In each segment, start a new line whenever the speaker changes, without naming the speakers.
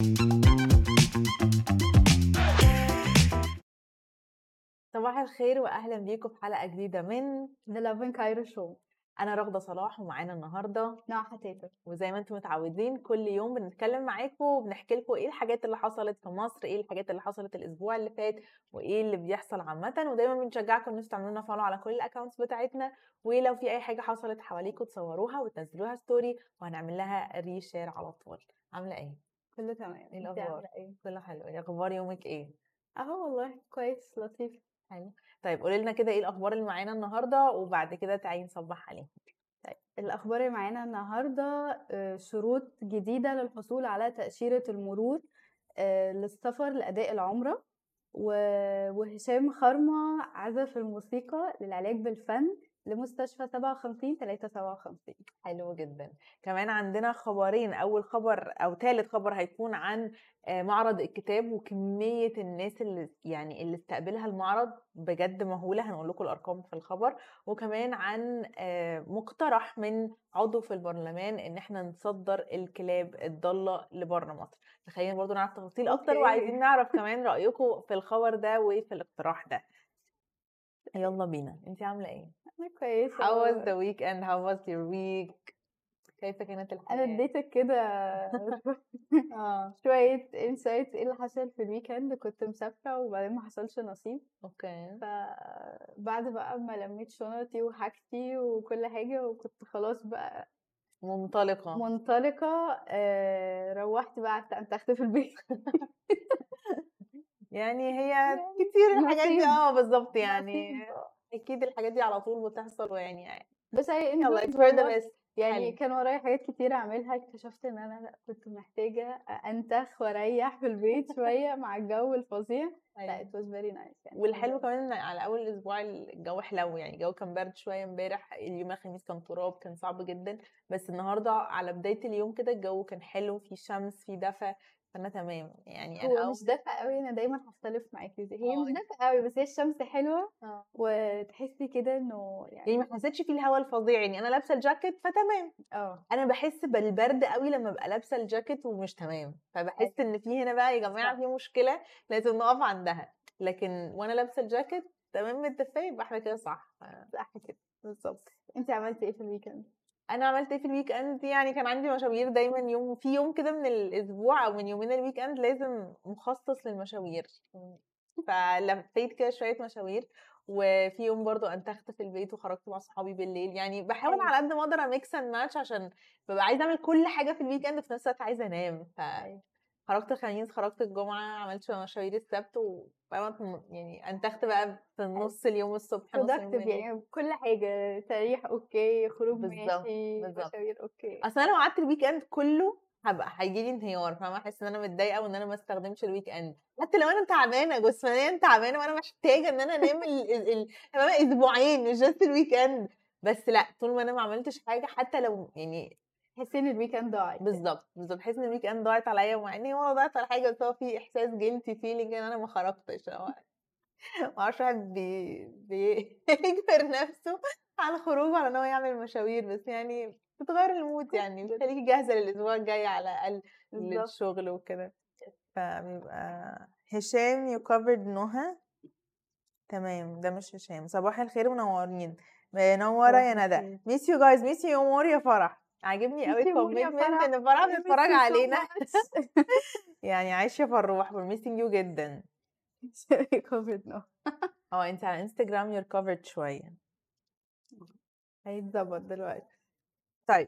صباح الخير واهلا بيكم في حلقه جديده من
The Loving Cairo Show.
انا رغده صلاح ومعانا النهارده
نوع حتاتر.
وزي ما انتم متعودين كل يوم بنتكلم معاكم وبنحكي لكم ايه الحاجات اللي حصلت في مصر، ايه الحاجات اللي حصلت الاسبوع اللي فات، وايه اللي بيحصل عامه. ودايما بنشجعكم ان انتم تعملوا لنا فولو على كل الاكونتس بتاعتنا، ولو في اي حاجه حصلت حواليكم تصوروها وتنزلوها ستوري وهنعمل لها ريشير على طول. عامله ايه؟
كله تمام.
ايه
انت
الاخبار؟
عامله ايه؟
كله حلو. ايه اخبار يومك؟ ايه
اهو والله كويس لطيف.
حلو. طيب قولي لنا كده ايه الاخبار اللي معانا النهارده وبعد كده تعالي نصبح عليها.
طيب الاخبار اللي معانا النهارده شروط جديده للحصول على تاشيره المرور للسفر لاداء العمره. وهشام خرمه عزف الموسيقى للعلاج بالفن لمستشفى 57 357.
حلو جدا. كمان عندنا خبرين، اول خبر او ثالث خبر هيكون عن معرض الكتاب وكمية الناس اللي استقبلها المعرض بجد مهولة، هنقول لكم الارقام في الخبر. وكمان عن مقترح من عضو في البرلمان ان احنا نصدر الكلاب الضالة لبره مصر. خلينا برضو نعرف تفاصيل اكتر وعايزين نعرف كمان رأيكم في الخبر ده وفي الاقتراح ده. يلا بينا. انتي عاملة ايه؟
انا كويسه.
How was the weekend? How was your week? كيف كانت
انا
الحياة؟
اديتك كده
اه
شوية انسايت ايه اللي حصل في الويكند. كنت مسافرة وبعدين ما حصلش نصيب،
اوكي.
فبعد بقى ما لميت شنطي وحاجتي وكل حاجة وكنت خلاص بقى
منطلقة.
منطلقة، روحت بقى انتخت في البيت.
يعني هي
يعني
كتير الحاجات دي،
نصيب
بالظبط يعني.
نصيب.
اكيد الحاجات دي على طول بتحصل ويعني
بس I
يلا
enjoyed
it's for the
والله.
best.
يعني
حلو.
كان ورايا حاجات كتير اعملها، اكتشفت ان انا لا كنت محتاجة انتخ واريح في البيت شوية مع الجو الفظيع. لا
ايوه.
it was very nice يعني الحمد
والحلو
لله.
كمان ان على اول الاسبوع الجو حلو، يعني الجو كان برد شويه امبارح، اليوم الخميس كان تراب كان صعب جدا، بس النهارده على بدايه اليوم كده الجو كان حلو، في شمس في دفى، فانا تمام يعني انا
هو مش دافئ قوي، انا دايما هختلف معاكي، هي مش
اه
دافئ قوي بس هي الشمس حلوة
اه
وتحسي كده انه
يعني ما
يعني
حسيتش فيه الهواء الفظيع، يعني انا لابسه الجاكيت فتمام.
اه
انا بحس بالبرد قوي لما ابقى لابسه الجاكيت ومش تمام، فبحس ان في هنا بقى يا جماعه
صح
في مشكله لازم نقف عندها. لكن وانا لابسه الجاكيت تمام متدفيه يبقى احنا كده صح.
صح كده.
بالظبط.
انت عملتي ايه في الويكند؟
انا عملت ايه في الويك اند؟ يعني كان عندي مشاوير دايما، يوم في يوم كده من الاسبوع او من يومين الويك اند لازم مخصص للمشاوير، فلفيت كده شويه مشاوير. وفي يوم برضو انتخت في البيت وخرجت مع صحابي بالليل، يعني بحاول
حلو.
على قد ما اقدر اميكس اند ماتش عشان ببقى عايزه اعمل كل حاجه في الويك اند في نفس الوقت عايزه انام.
ايوه
خرجت الخميس، خرجت الجمعه، عملت شويه مشاوير السبت يعني انتخت بقى في
حلو
نص اليوم الصبح نص اليوم
productive
بالليل.
يعني كل حاجة، تريح اوكي، خروج
بالظبط
ماشي،
بالظبط.
مشاوير اوكي.
اصل انا لو قعدت الويك اند كله هبقى هيجي لي انهيار، فاهمه؟ احس ان انا متضايقه وان انا ما استخدمش الويك اند، حتى لو انا تعبانه جسمانيا تعبانه وانا محتاجه ان انا انام فاهمه اسبوعين مش جاست الويك اند. بس لا، طول ما انا ما عملتش حاجه حتى لو يعني
تحسي ان الويكند ضاعت يعني.
بالظبط بالظبط بحس ان الويك اند ضاعت عليا، ومع اني ولا ضاعت على حاجه، بس هو في احساس جيلتي فيلينج ان انا ما خرجتش. ما اعرفش، واحد بيجبر نفسه على الخروج وعلى ان هو يعمل مشاوير، بس يعني بتغير المود، يعني بتخليكي جاهزة للأسبوع الجاي على الأقل
بالظبط.
للشغل وكده. فبيبقى هشام you covered نهى. تمام، ده مش هشام. صباح الخير منورين. منورة
صباح
يا ندى.
الخير.
miss you guys, miss you more يا فرح. عاجبني قوي
ميسي مور يا
الكوميتمنت
فرح.
ان فرح
I miss
بتتفرج
you so
علينا.
much.
يعني عايشة فروح we're missing you جدا.
covered no.
انت على انستجرام you're covered شوية.
هيتظبط دلوقتي.
طيب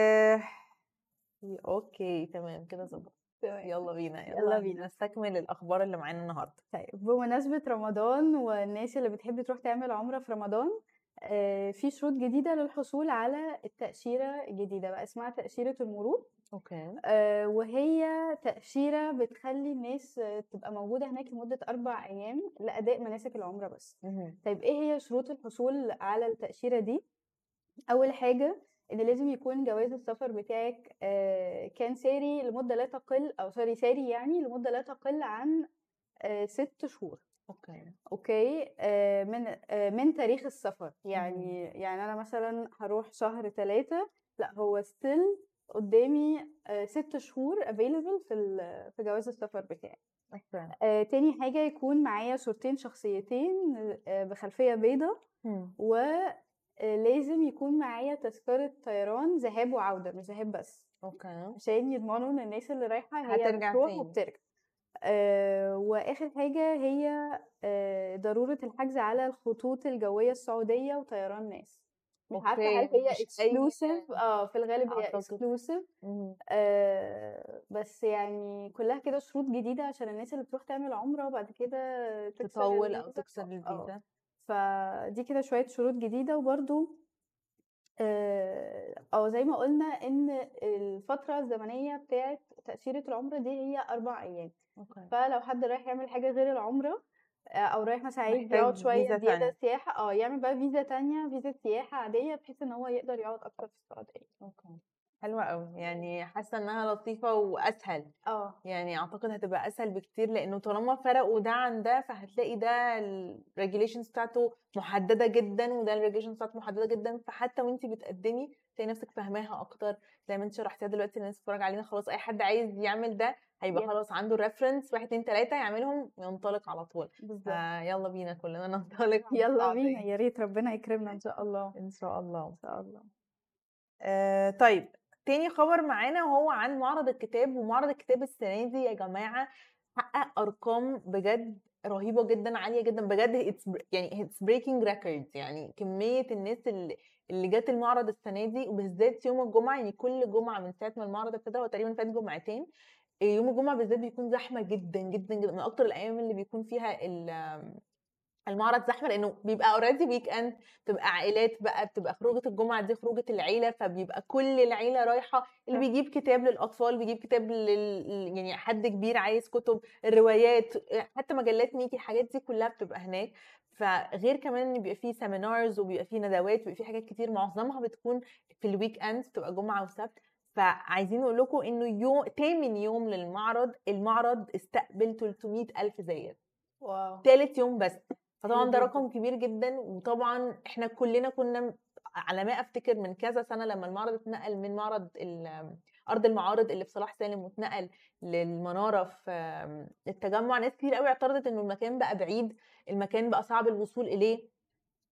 اوكي تمام كده ظبط.
تمام.
يلا بينا،
يلا
يلا
بينا.
نستكمل الاخبار اللي معانا النهارده.
طيب بمناسبة رمضان والناس اللي بتحب تروح تعمل عمرة في رمضان، في شروط جديدة للحصول على التأشيرة الجديدة بقى اسمها تأشيرة المرور.
اوكي.
وهي تأشيرة بتخلي الناس تبقى موجودة هناك لمدة 4 أيام لأداء مناسك العمرة بس. طيب ايه هي شروط الحصول على التأشيرة دي؟ أول حاجة ان لازم يكون جواز السفر بتاعك كان ساري لمدة لا تقل او ساري يعني لمدة لا تقل عن 6 شهور. اوكي. من تاريخ السفر يعني. يعني انا مثلا هروح شهر 3، لا هو ستيل قدامي 6 شهور available في جواز السفر بتاعي.
أوكي.
تاني حاجة يكون معايا صورتين شخصيتين بخلفية بيضة، ولازم يكون معايا تذكرة طيران ذهاب وعودة، مش ذهاب بس،
أوكي.
عشان يضمنوا ان الناس اللي رايحة هي
هترجع
بتروح
تاني.
وبترجع. واخر حاجة هي ضرورة الحجز على الخطوط الجوية السعودية وطيران ناس. مش عارفة
أوكي،
هل هي
مش أي
exclusive، في الغالب هي
أعتقد.
exclusive.
إمم.
بس يعني كلها كده شروط جديدة عشان الناس اللي بتروح تعمل عمرة وبعد كده تكسر
تطوّل أو
الفيزا.
تكسر الفيزا.
فدي كده شوية شروط جديدة. وبرضه زي ما قلنا ان الفترة الزمنية بتاعت تأشيرة العمرة دي هي 4 أيام.
أوكي.
فلو حد رايح يعمل حاجة غير العمرة أو رايح مثلا عايز
محتاج
يقعد شوية
فيزا
زيادة
تانية.
سياحة، يعمل بقى فيزا تانية، فيزا سياحة عادية، بحيث ان هو يقدر يقعد أكتر في السعودية.
أوكي. حلوة أوي، يعني حاسة إنها لطيفة وأسهل. يعني أعتقد هتبقى أسهل بكتير، لإنه طالما فرقوا ده عن ده فهتلاقي ده الregulations بتاعته محددة جدًا، وده الregulations بتاعته محددة جدًا، فحتى وأنتِ بتقدمي تلاقي نفسِك فاهماها أكتر، زي ما أنتِ شرحتيها دلوقتي للناس بتتفرج علينا. خلاص أي حد عايز يعمل ده هيبقى
يس،
خلاص عنده reference 1، 2، 3 يعملهم وينطلق على طول.
بالضبط.
فيلا بينا كلنا ننطلق على
يلا بينا،
السعودية
يا ريت ربنا يكرمنا إن شاء الله.
إن شاء الله.
إن شاء الله.
طيب، تاني خبر معانا وهو عن معرض الكتاب. ومعرض الكتاب السنة دي يا جماعة حقق أرقام بجد رهيبة جدًا، عالية جدًا بجد. it's breaking records. يعني كمية الناس اللي جات المعرض السنة دي، وبالذات يوم الجمعة. يعني كل جمعة من ساعة ما المعرض ابتدى، هو تقريبًا فات جمعتين، يوم الجمعة بالذات بيكون زحمة جدًا، جدًا، جدًا، من أكتر الأيام اللي بيكون فيها المعرض زحمة، لأنه بيبقى already weekend، بتبقى عائلات بقى، بتبقى خروجة الجمعة دي خروجة العيلة، فبيبقى كل العيلة رايحة، اللي بيجيب كتاب للأطفال، بيجيب كتاب يعني حد كبير عايز كتب، الروايات، حتى مجلات ميكي، الحاجات دي كلها بتبقى هناك. فغير كمان إن بيبقى فيه seminars وبيبقى فيه ندوات وبيبقى فيه حاجات كتير، معظمها بتكون في الweekends، بتبقى جمعة وسبت. فعايزين نقول لكم إنه تامن يوم للمعرض، المعرض استقبل 300,000 زائر.
واو!
تالت يوم بس.
حلو
فطبعًا ده
جدًا.
رقم كبير جدًا. وطبعًا إحنا كلنا كنا على ما أفتكر من كذا سنة لمّا المعرض اتنقل من معرض أرض المعارض اللي في صلاح سالم واتنقل للمنارة في التجمع، ناس كتير أوي اعترضت إنه المكان بقى بعيد، المكان بقى صعب الوصول إليه.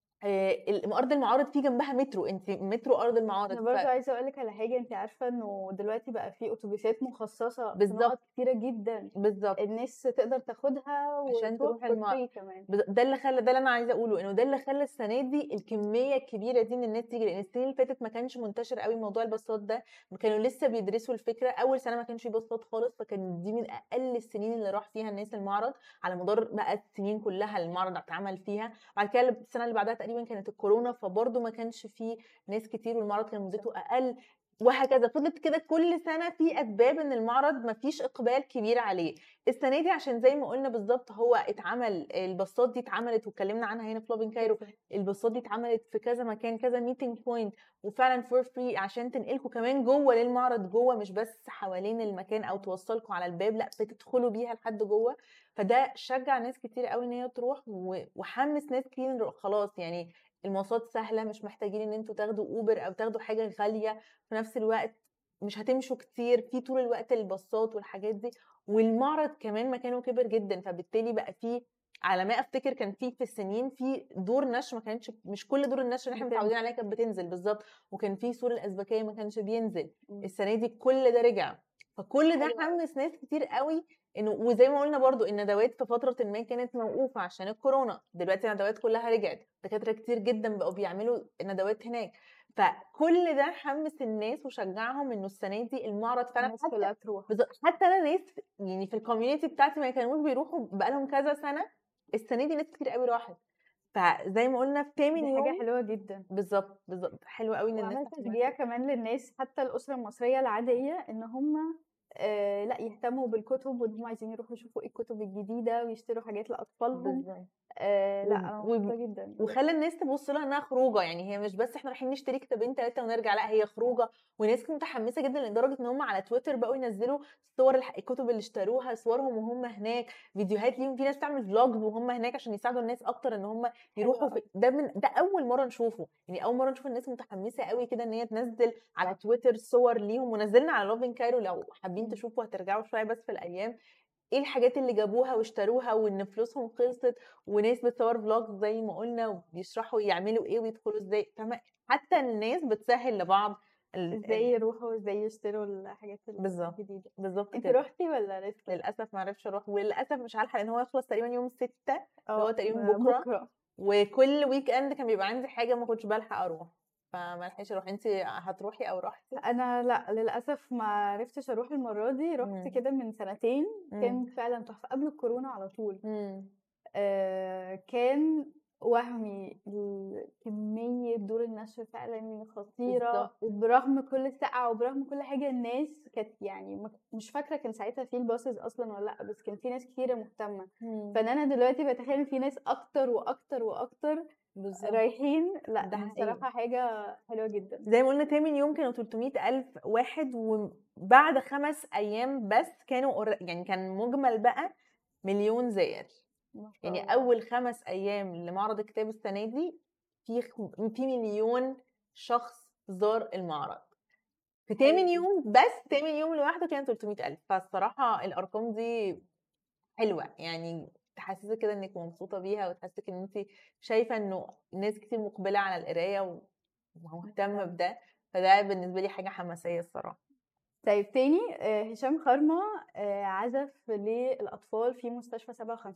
أرض المعارض في جنبها مترو، أنتِ مترو أرض المعارض.
أنا برضه عايزة أقول لِك على حاجة، أنتِ عارفة إنه دلوقتي بقى في أوتوبيسات مخصصة في
بالضبط،
نقط كتيرة جدًا،
بالضبط.
الناس تقدر تاخدها
عشان
وتروح
تروح
for free كمان.
ده اللي أنا عايزة أقوله، إنه ده اللي خلّى السنة دي الكمية الكبيرة دي من الناس تيجي، لإن السنين اللي فاتت ما كانش منتشر أوي موضوع الباصات ده، كانوا لسه بيدرسوا الفكرة. أول سنة ما كانش في باصات خالص، فكانت دي من أقل السنين اللي راح فيها الناس المعرض، على مدار بقى السنين كلها اللي المعرض اتعمل فيها. بعد كده السنة اللي بعدها تقريبًا كانت الكورونا، فبرضه ما كانش في ناس كتير والمعرض كان مدته أقل، وهكذا. فضلت كده كل سنة في أسباب إن المعرض ما فيش إقبال كبير عليه. السنة دي عشان زي ما قُلنا بالضبط، هو اتعمل الباصات دي اتعملت واتكلمنا عنها هنا في Love in Cairo. الباصات دي اتعملت في كذا مكان، كذا meeting point، وفعلًا for free عشان تنقلكم كمان جوّه للمعرض جوّه، مش بس حوالين المكان أو توصّلكم على الباب، لأ بتدخلوا بيها لحد جوّه. فده شجّع ناس كتير أوي إن هي تروح، وحمّس ناس كتير إنه خلاص يعني المواصلات سهلة، مش محتاجين إن أنتم تاخدوا Uber أو تاخدوا حاجة غالية، في نفس الوقت مش هتمشوا كتير، في طول الوقت الباصات والحاجات دي. والمعرض كمان مكانه كبر جدًا، فبالتالي بقى في، على ما أفتكر كان في السنين في دور نشر، ما كانتش، مش كل دور النشر اللي إحنا
بتنزل.
متعودين عليها كانت بتنزل، بالضبط. وكان في سور الأزبكية ما كانش بينزل.
إمم.
السنة دي كل ده رجع، فكل ده
حلو أوي.
حمّس ناس كتير أوي إنه، وزي ما قُلنا برضه الندوات في فترةٍ ما كانت موقوفة عشان الكورونا، دلوقتي الندوات كلها رجعت، دكاترة كتير جدًا بقوا بيعملوا ندوات هناك. فكل ده حمّس الناس وشجّعهم إنه السنة دي المعرض فعلًا،
الناس كلها تروح.
حتى أنا ناس يعني في الcommunity بتاعتي ما كانوش بيروحوا بقى لهم كذا سنة، السنة دي ناس كتير أوي راحت. فزي ما قُلنا في تامن
دي حاجة
يوم.
حلوة جدًا.
بالضبط، بالضبط، حلو أوي إن الناس
وعمل
عملت
تشجيع
كده.
كمان للناس حتى الأسرة المصرية العادية إن هم لأ يهتموا بالكتب، وإن هم عايزين يروحوا يشوفوا إيه الكتب الجديدة ويشتروا حاجات لأطفالهم.
بالضبط.
لا انا مبسوطه جدا
وخلى الناس تبص لها انها خروجه، يعني هي مش بس احنا رايحين نشتري كتابين 3 ونرجع، لا هي خروجه. وناس متحمسه جدا لدرجه ان هم على تويتر بقوا ينزلوا صور الكتب اللي اشتروها، صورهم وهم هناك، فيديوهات ليهم، في ناس تعمل فلوجز وهم هناك عشان يساعدوا الناس اكتر ان هم يروحوا في ده اول مره نشوفه، يعني اول مره نشوف الناس متحمسه قوي كده ان هي تنزل على تويتر صور ليهم. ونزلنا على لوفين كايرو لو حابين تشوفوا، هترجعوا شويه بس في الايام ايه الحاجات اللي جابوها واشتروها وان فلوسهم خلصت، وناس بتصور فلوج زي ما قلنا وبيشرحوا يعملوا ايه ويدخلوا ازاي، فاهمه؟ حتى الناس بتسهل لبعض
ازاي يروحوا وازاي يشتروا الحاجات
بالظبط
الجديده.
بالظبط
انت
كده.
روحتي ولا لسه؟
للاسف ما عرفتش اروح، وللاسف مش عارفه لان هو يخلص تقريبا يوم 6 اللي هو تقريبا بكره. وكل ويك اند كان بيبقى عندي حاجه ما كنتش بلحق اروح، فما لحقتش اروح. انت هتروحي او رحتي؟
انا لا للاسف ما عرفتش اروح المره دي، رحت كده من سنتين. كان فعلا تحفه قبل الكورونا على طول. كان وهمي كمية دور النشر فعلا خطيرة
بالظبط.
وبرغم كل السقعة وبرغم كل حاجة الناس كانت يعني مش فاكرة كان ساعتها في الباصز أصلا ولا لأ، بس كان في ناس كتيرة مهتمة. فإن أنا دلوقتي بتخيل في ناس أكتر وأكتر وأكتر
بالظبط.
رايحين. لا
ده
دي
حقيقي.
بصراحة حاجة حلوة جدا.
زي ما قلنا تامن يوم كانوا 300,000 واحد، وبعد 5 أيام بس كانوا يعني كان مجمل بقى 1,000,000 زائر.
ما شاء
يعني
الله.
أول 5 أيام لمعرض الكتاب السنة دي في 1,000,000 شخص زار المعرض. في تامن يوم بس، تامن يوم لوحده كان 300,000. فالصراحة الأرقام دي حلوة، يعني تحسسك كده انك مبسوطة بيها، وتحسسك ان انت شايفة انه ناس كتير مقبلة على القراية ومهتمة بده، فده بالنسبة لي حاجة حماسية الصراحة.
طيب تاني هشام خرمة عزف للأطفال في مستشفى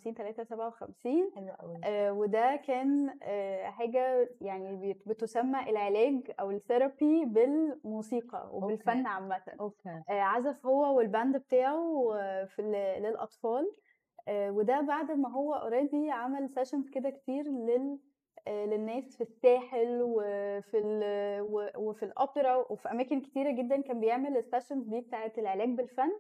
57
حلو قوي.
وده كان حاجة يعني بتسمى العلاج أو الثيرابي بالموسيقى وبالفن عامة. عزف هو والباند بتاعه للأطفال. وده بعد ما هو اوريدي عمل سيشنز كده كتير للناس في الساحل وفي الاوبرا وفي اماكن كتيره جدا كان بيعمل السيشنز دي بتاعه العلاج بالفن.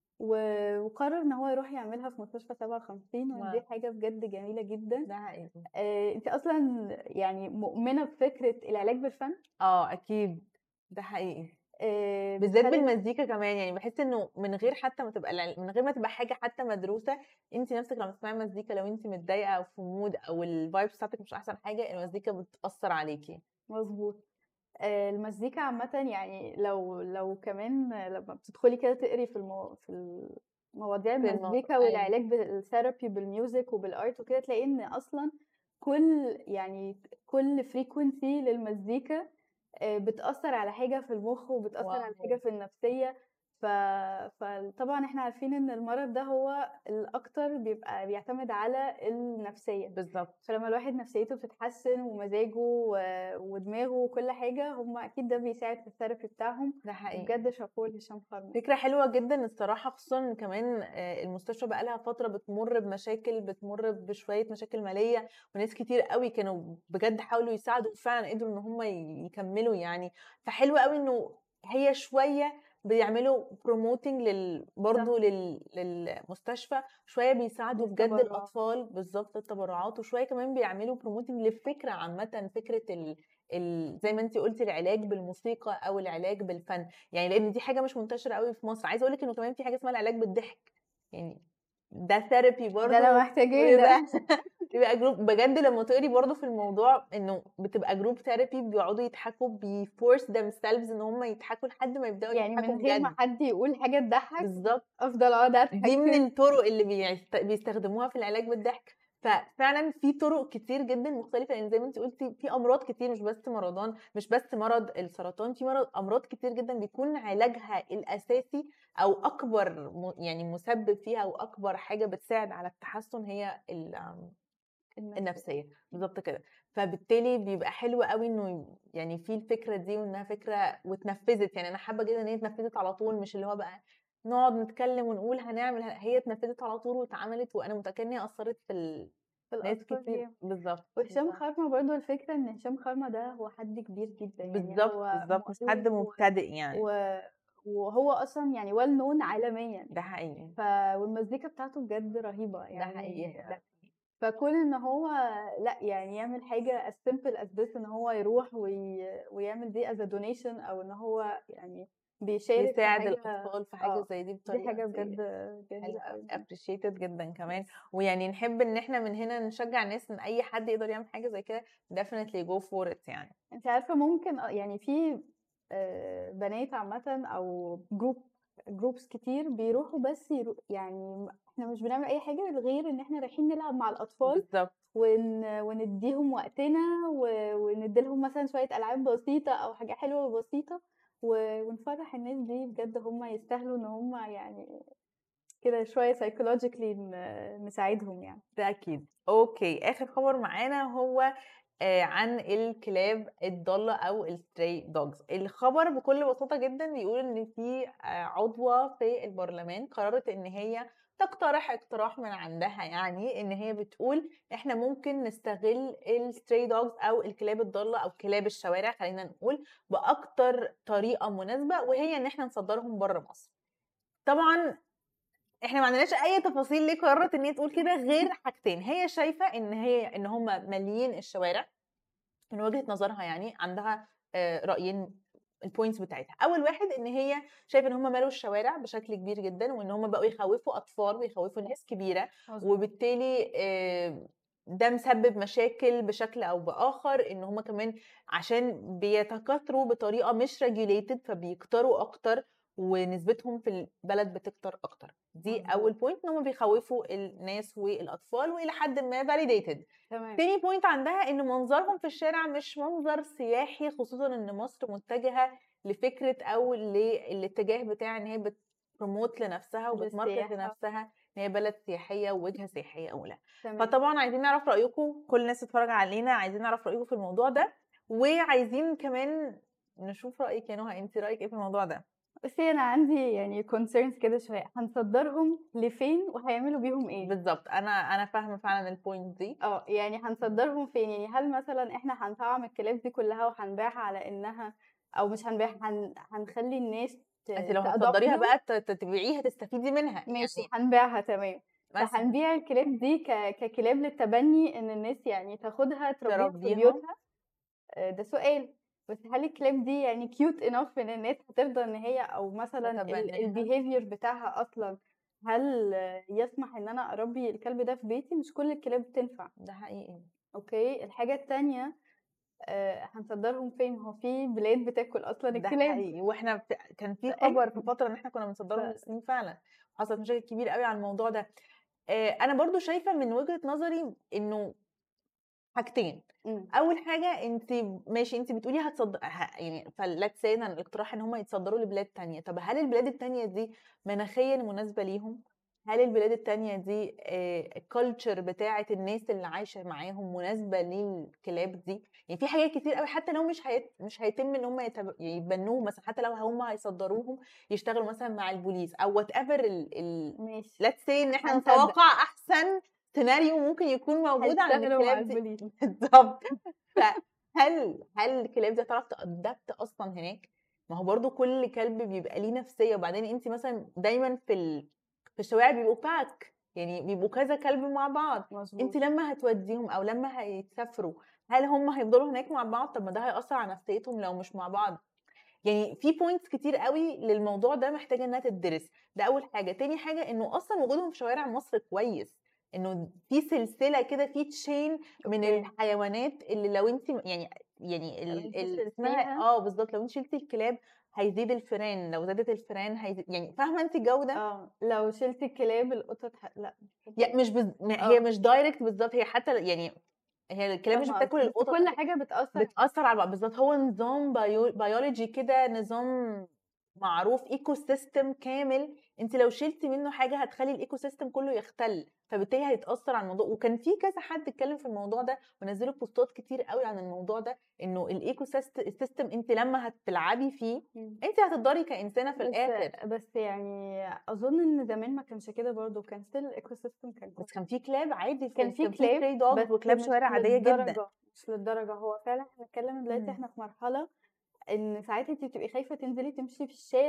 وقرر ان هو يروح يعملها في مستشفى 57 ودي حاجه بجد جميله جدا.
ده حقيقي.
انت اصلا يعني مؤمنه بفكره العلاج بالفن؟
اكيد ده حقيقي. بالذات بالمزيكا كمان، يعني بحس انه من غير حتى ما تبقى من غير ما تبقى حاجه حتى مدروسه، انت نفسك لما تسمعي مزيكا لو انت متضايقه او في مود او الفايبس بتاعتك مش احسن حاجه، المزيكا بتاثر عليكي.
مظبوط. المزيكا عامة يعني لو كمان لما بتدخلي كده تقري في مواضيع المزيكا والعلاج بالثيرابي بالميوزك وبالارت وكده، تلاقي ان اصلا كل فريكونسي للمزيكا بتأثر على حاجة في المخ وبتأثر على حاجة في النفسية. فطبعا احنا عارفين ان المرض ده هو الاكتر بيبقى بيعتمد على النفسية.
بالظبط.
فلما الواحد نفسيته بتتحسن ومزاجه ودماغه وكل حاجة، هم اكيد ده بيساعد في الثيرابي بتاعهم.
ده حقيقي.
بجد شابوه لهشام خرمة.
فكرة حلوة جدا الصراحة، خصوصا ان كمان المستشفى بقى لها فترة بتمر بمشاكل، بتمر بشوية مشاكل مالية، وناس كتير قوي كانوا بجد حاولوا يساعدوا وفعلا قدروا ان هم يكملوا يعني. فحلو قوي انه هي شوية بيعملوا بروموتنج برضه للمستشفى، شويه بيساعدوا بجد الاطفال بالظبط التبرعات، وشويه كمان بيعملوا بروموتنج للفكره عامه، فكره زي ما انت قلتي العلاج بالموسيقى او العلاج بالفن، يعني لان دي حاجه مش منتشره قوي في مصر. عايزه اقول لك انه كمان في حاجه اسمها العلاج بالضحك، يعني ده ثيرابي برضه.
ده انا محتاجاه ده.
بيبقى جروب بجد، لما تقري برضه في الموضوع انه بتبقى جروب ثيرابي بيقعدوا يضحكوا بيفورس ذيم سيلفز ان هم يضحكوا لحد ما يبداوا
يعني
يضحكوا
من غير ما حد يقول حاجه تضحك.
بالظبط.
افضل اقعد اضحك.
دي من الطرق اللي بيستخدموها في العلاج بالضحك. ففعلا في طرق كتير جدا مختلفه، لان زي ما انت قلتي في امراض كتير، مش بس مرض السرطان، في امراض كتير جدا بيكون علاجها الاساسي او اكبر يعني مسبب فيها او اكبر حاجه بتساعد على التحسن هي النفسيه. بالظبط كده. فبالتالي بيبقى حلو قوي انه يعني في الفكره دي، وانها فكره واتنفذت. يعني انا حابه جدا ان هي اتنفذت على طول، مش اللي هو بقى نقعد نتكلم ونقول هنعمل، هي اتنفذت على طول واتعملت، وانا متاكده ان هي اثرت في ناس كتير. بالظبط.
وهشام خرمة برضو الفكره ان هشام خرمة ده هو حد كبير جدا، يعني هو
بالظبط مش حد مبتدئ يعني.
وهو اصلا يعني ويل نون عالميا.
ده حقيقي.
والمزيكا بتاعته بجد رهيبه يعني.
ده حقيقي.
فكون إن هو لأ، يعني يعمل حاجة as simple as this، إن هو يروح ويعمل دي as a donation، أو إن هو يعني بيشارك في
يساعد
حاجة.
الأطفال في حاجة زي دي
دي
بطريقة
حاجة
دي
بجد جميلة
حلوة
أوي
أوي
بجد.
appreciated جدًا كمان،
Yes.
ويعني نحب إن إحنا من هنا نشجّع الناس إن أي حد يقدر يعمل حاجة زي كده definitely go for it يعني.
أنتِ عارفة ممكن يعني في بنات عامةً أو groups كتير بيروحوا بس يعني إحنا مش بنعمل أي حاجة غير إن إحنا رايحين نلعب مع الأطفال،
بالضبط.
وندّيهم وقتنا، وندّي لهم مثلًا شوية ألعاب بسيطة أو حاجة حلوة بسيطة، ونفرّح الناس دي. بجد هم يستاهلوا إن هم يعني كده شوية psychologically نساعدهم يعني.
ده أكيد. أوكي، آخر خبر معانا هو عن الكلاب الضالة أو الstray dogs. الخبر بكل بساطة جدًا بيقول إن في عضوة في البرلمان قررت إن هي تقترح اقتراح من عندها يعني، إن هي بتقول إحنا ممكن نستغل الstray dogs أو الكلاب الضالة أو كلاب الشوارع خلّينا نقول، بأكتر طريقة مناسبة، وهي إن إحنا نصدّرهم برّه مصر. طبعًا إحنا ما عندناش أي تفاصيل ليه قررت إن هي تقول كده غير حاجتين، هي شايفة إن هم ماليين الشوارع، من وجهة نظرها يعني عندها رأيين الpoints بتاعتها. أول واحد إن هي شايفة إن هم مالوا الشوارع بشكل كبير جدًا، وإن هم بقوا يخوّفوا أطفال ويخوّفوا ناس كبيرة،
مضبوط.
وبالتالي ده مسبب مشاكل بشكل أو بآخر، إن هم كمان عشان بيتكاثروا بطريقة مش regulated فبيكتروا أكتر، ونسبتهم في البلد بتكتر أكتر. دي أول
مضبوط.
point إن هم بيخوّفوا الناس والأطفال وإلى حدٍ ما validated.
تمام.
تاني point عندها إن منظرهم في الشارع مش منظر سياحي، خصوصًا إن مصر متجهة لفكرة أو للاتجاه بتاع إن هي بتpromote لنفسها وبتmarket
للسياحة.
لنفسها إن هي بلد سياحية ووجهة سياحية أولى.
تمام.
فطبعًا عايزين نعرف رأيكم، كل الناس بتتفرج علينا عايزين نعرف رأيكم في الموضوع ده، وعايزين كمان نشوف رأيِك يا نهى، أنتِ رأيِك إيه في الموضوع ده؟
بُصّي، أنا عندي يعني concerns كده شوية، هنصدّرهم لفين وهيعملوا بيهم إيه؟
بالضبط، أنا فاهمة فعلًا الpoint دي.
يعني هنصدّرهم فين؟ يعني هل مثلًا إحنا هنطعّم الكلاب دي كلّها وهنبيعها على إنها، أو مش هنبيعها، هنخلّي الناس
أنتِ لو هتصدّريها
تadoptهم؟
بقى تبيعيها تستفيدي منها
ماشي،
يعني
هنبيعها تمام.
مثلًا.
فهنبيع الكلاب دي ككلاب للتبني، إن الناس يعني تاخدها تربيها في
تربّيهم.
بيوتها. ده سؤال. بس هل الكلاب دي يعني cute enough إن الناس هترضى إن هي، أو مثلًا
تتبناها.
الbehavior بتاعها أصلًا هل يسمح إن أنا أربّي الكلب ده في بيتي؟ مش كل الكلاب تنفع.
ده حقيقي.
أوكي. الحاجة التانية، هنصدّرهم فين؟ هو في بلاد بتاكل أصلًا
ده
الكلاب.
حقيقي، وإحنا كان في
فإح
خبر في فترة إن إحنا كنا
ف
بنصدّرهم للصين فعلًا، حصلت مشاكل كبيرة أوي على الموضوع ده. أنا برضه شايفة من وجهة نظري إنه حاجتين.
إمم.
أول حاجة أنتِ ماشي أنتِ بتقولي يعني let's say إن الاقتراح إن هم يتصدّروا لبلاد تانية، طب هل البلاد التانية دي مناخيًا مناسبة ليهم؟ هل البلاد التانية دي الculture بتاعة الناس اللي عايشة معاهم مناسبة للكلاب دي؟ يعني في حاجات كتير أوي حتى لو مش هيتم إن هم يتبنوهم مثلًا، حتى لو هم هيصدّروهم يشتغلوا مثلًا مع البوليس أو whatever
ماشي.
let's say إن إحنا
هنصدّق.
نتوقع أحسن سيناريو ممكن يكون موجود عن
هيشتغلوا مع
الكلاب دي.
البوليس.
بالضبط. فهل الكلاب دي هتعرف تأدبت أصلًا هناك؟ ما هو برضه كل كلب بيبقى ليه نفسية، وبعدين أنتِ مثلًا دايمًا في الشوارع بيبقوا pack، يعني بيبقوا كذا كلب مع بعض، أنتِ
مضبوط.
لمّا هتوديهم أو لمّا هيسافروا، هل هم هيفضلوا هناك مع بعض؟ طب ما ده هيأثّر على نفسيتهم لو مش مع بعض. يعني في points كتير أوي للموضوع ده محتاجة إنها تدرس. ده أول حاجة. تاني حاجة إنه أصلًا وجودهم في شوارع مصر كويس، إنه في سلسلة كده في chain من
أوكي.
الحيوانات اللي لو أنتِ يعني
لو أنتِ
اسمها
شِلتيها.
بالضبط، لو أنتِ شِلتِ الكلاب هيزيد الفئران، لو زادت الفئران يعني فاهمة أنتِ الجو ده؟
لو شِلتِ الكلاب القطط لأ، مش
مش هي مش direct بالضبط، هي حتى يعني هي الكلاب مش
فاهمة
بتاكل
قصدِك، بس
القطط
كل حاجة بتأثّر.
بتأثّر على بعض، بالضبط، هو نظام biology كده، نظام معروف ecosystem كامل، أنتِ لو شِلتِ منّه حاجة هتخلّي الecosystem كلّه يختل، فبالتالي هيتأثّر على الموضوع. وكان في كذا حد اتكلّم في الموضوع ده ونزّلوا بوستات كتير أوي عن الموضوع ده، إنه الecosystem أنتِ لمّا هتلعبي فيه،
إمم.
أنتِ هتتضرّي كإنسانة في
بس
الآخر.
بس يعني أظن إن زمان ما كانش كده برضه، كان still الecosystem كان
بس
كويس.
كان في كلاب عادي،
كان في
كان في
كلاب،
stray dogs
بس
وكلاب
مش
شوارع عادية جدًا.
للدرجة، مش للدرجة. هو فعلًا إحنا بنتكلم دلوقتي
إمم.
إحنا في مرحلة إن ساعات أنتِ بتبقي خايفة تنزلي تمشي في الشارع،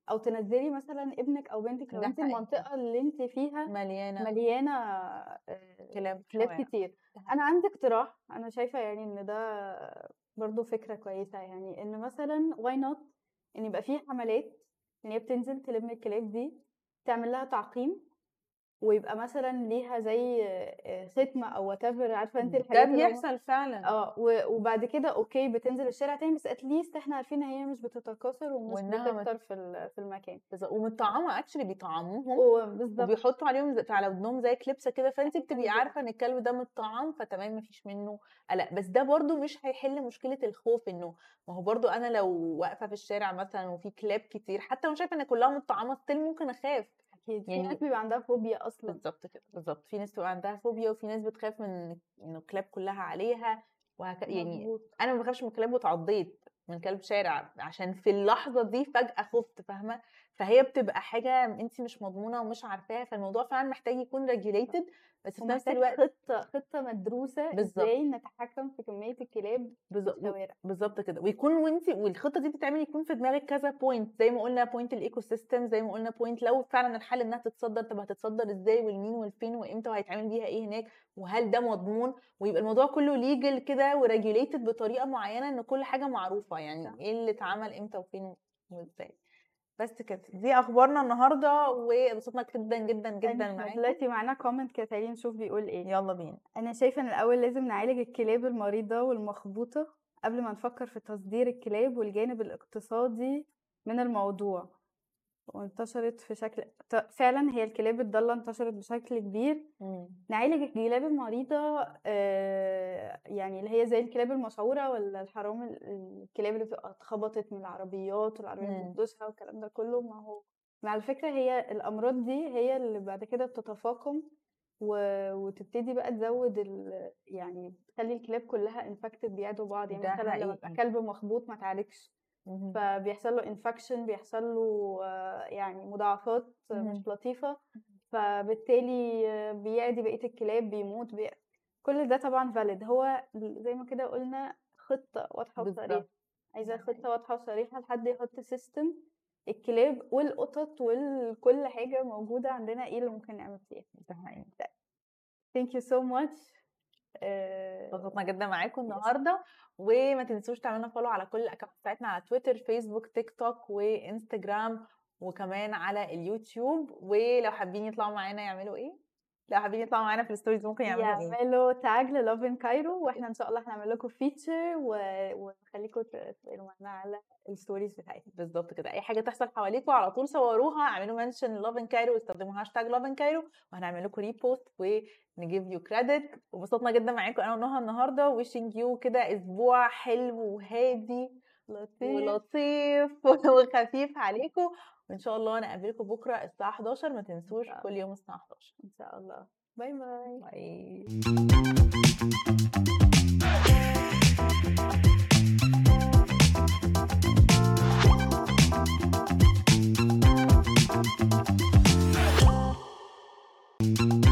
او تنزلي مثلا ابنك او بنتك لو
ده
انت
حقيقي.
المنطقه اللي انت فيها
مليانة
مليانه
كلاب
كلاب
شوارع.
كتير.
ده حقيقي.
انا عندي اقتراح، انا شايفه يعني ان ده برضو فكره كويسه، يعني ان مثلا واي نوت ان يبقى في حملات ان هي بتنزل تلم الكلاب دي، تعمل لها تعقيم، ويبقى مثلا ليها زي ختمه او whatever، عارفه انت
ده
الحاجات اللي هم
بيحصل فعلا.
وبعد كده اوكي بتنزل الشارع تاني، بس اتليست احنا عارفين ان هي مش بتتكاثر ومش
وانها
بتكتر في المكان.
ومتطعمه اكشلي بيطعموهم
بالظبط
وبيحطوا عليهم على ودنهم زي كليبسه كده، فانت بتبقي
بالظبط.
عارفه ان الكلب ده متطعم فتمام مفيش منه قلق. بس ده برضو مش هيحل مشكله الخوف، انه ما هو برضو انا لو واقفه في الشارع مثلا وفي كلاب كتير حتى لو شايفه ان كلها متطعمه ستيل ممكن اخاف.
اكيد في
يعني
ناس بيبقى عندها فوبيا اصلا.
بالظبط كده، بالظبط. في ناس بتبقى عندها فوبيا وفي ناس بتخاف من انه الكلاب كلها عليها يعني
مظبوط.
انا ما بخافش من الكلاب واتعضيت من كلب شارع عشان في اللحظه دي فجاه خفت، فاهمه؟ فهي بتبقى حاجه انت مش مضمونه ومش عارفاها، فالموضوع فعلا محتاج يكون ريجوليتد، بس في نفس
ومحتاج
الوقت
خطة مدروسة
بالظبط
ازاي نتحكم في كمية الكلاب في الشوارع.
بالظبط كده. ويكون والخطه دي بتتعمل يكون في دماغك كذا بوينت، زي ما قلنا بوينت الايكو سيستم، زي ما قلنا بوينت لو فعلا الحل انها تتصدر، طب هتتصدر ازاي والمين والفين وامتى وهيتعمل بيها ايه هناك، وهل ده مضمون، ويبقى الموضوع كله ليجل كده وريجوليتد بطريقه معينه ان كل حاجه معروفه، يعني
صح.
ايه اللي اتعمل امتى وفين وازاي. بس كده، دي اخبارنا النهارده، وانبسطنا جدا جدا جدا
احنا
معاكم.
دلوقتي معانا كومنت كده، تعالي نشوف بيقول ايه.
يلا بينا.
انا شايفة ان الاول لازم نعالج الكلاب المريضة والمخبوطة قبل ما نفكر في تصدير الكلاب والجانب الاقتصادي من الموضوع. وانتشرت في شكل فعلا هي الكلاب الضالة انتشرت بشكل كبير. نعالج الكلاب المريضة يعني اللي هي زي الكلاب المشهورة، ولا الحرام الكلاب اللي بتبقى اتخبطت من العربيات والعربيات بتدوسها والكلام ده كله. ما هو مع الفكرة هي الأمراض دي هي اللي بعد كده بتتفاقم وتبتدي بقى تزود يعني تخلي الكلاب كلها انفكتد بيعدوا بعض. يعني
ده
مثلا لما يبقى
حقيقي.
كلب مخبوط ما تعالجش فبيحصل له انفكشن، بيحصل له يعني مضاعفات مش لطيفة، فبالتالي بيعدي بقية الكلاب بيموت كل ده طبعا فاليد. هو زي ما كده قلنا خطة واضحة وصريحة،
بالظبط.
عايزة خطة واضحة وصريحة لحد يحط سيستم الكلاب والقطط وكل حاجة موجودة عندنا ايه اللي ممكن نعمل فيها.
ده حقيقي.
thank you so much.
انبسطنا جدا معاكم النهارده، وما تنسوش تعملوا فولو على كل الاكونت بتاعتنا على تويتر فيسبوك تيك توك وانستجرام، وكمان على اليوتيوب. ولو حابين يطلعوا معانا يعملوا ايه؟ لو حابين يطلعوا معانا في الستوريز ممكن يعملوا ايه؟
يعملوا تاج للوفن كايرو، واحنا ان شاء الله هنعمل لكم فيتشر ونخليكم تبقوا معانا على الستوريز بتاعتنا.
بالظبط كده. اي حاجه تحصل حواليكم على طول صوروها، اعملوا منشن لوفن كايرو واستخدموا هاشتاج لوفن كايرو، وهنعمل لكم ريبوست ونجيب يو كريدت. وبسطنا جدا معاكم انا ونهى النهارده. ويشنج يو كده اسبوع حلو وهادي ولطيف وخفيف عليكم، وان شاء الله نقابلكم بكره الساعه 11. ما تنسوش كل يوم الساعه 11
ان شاء الله. باي باي.
باي.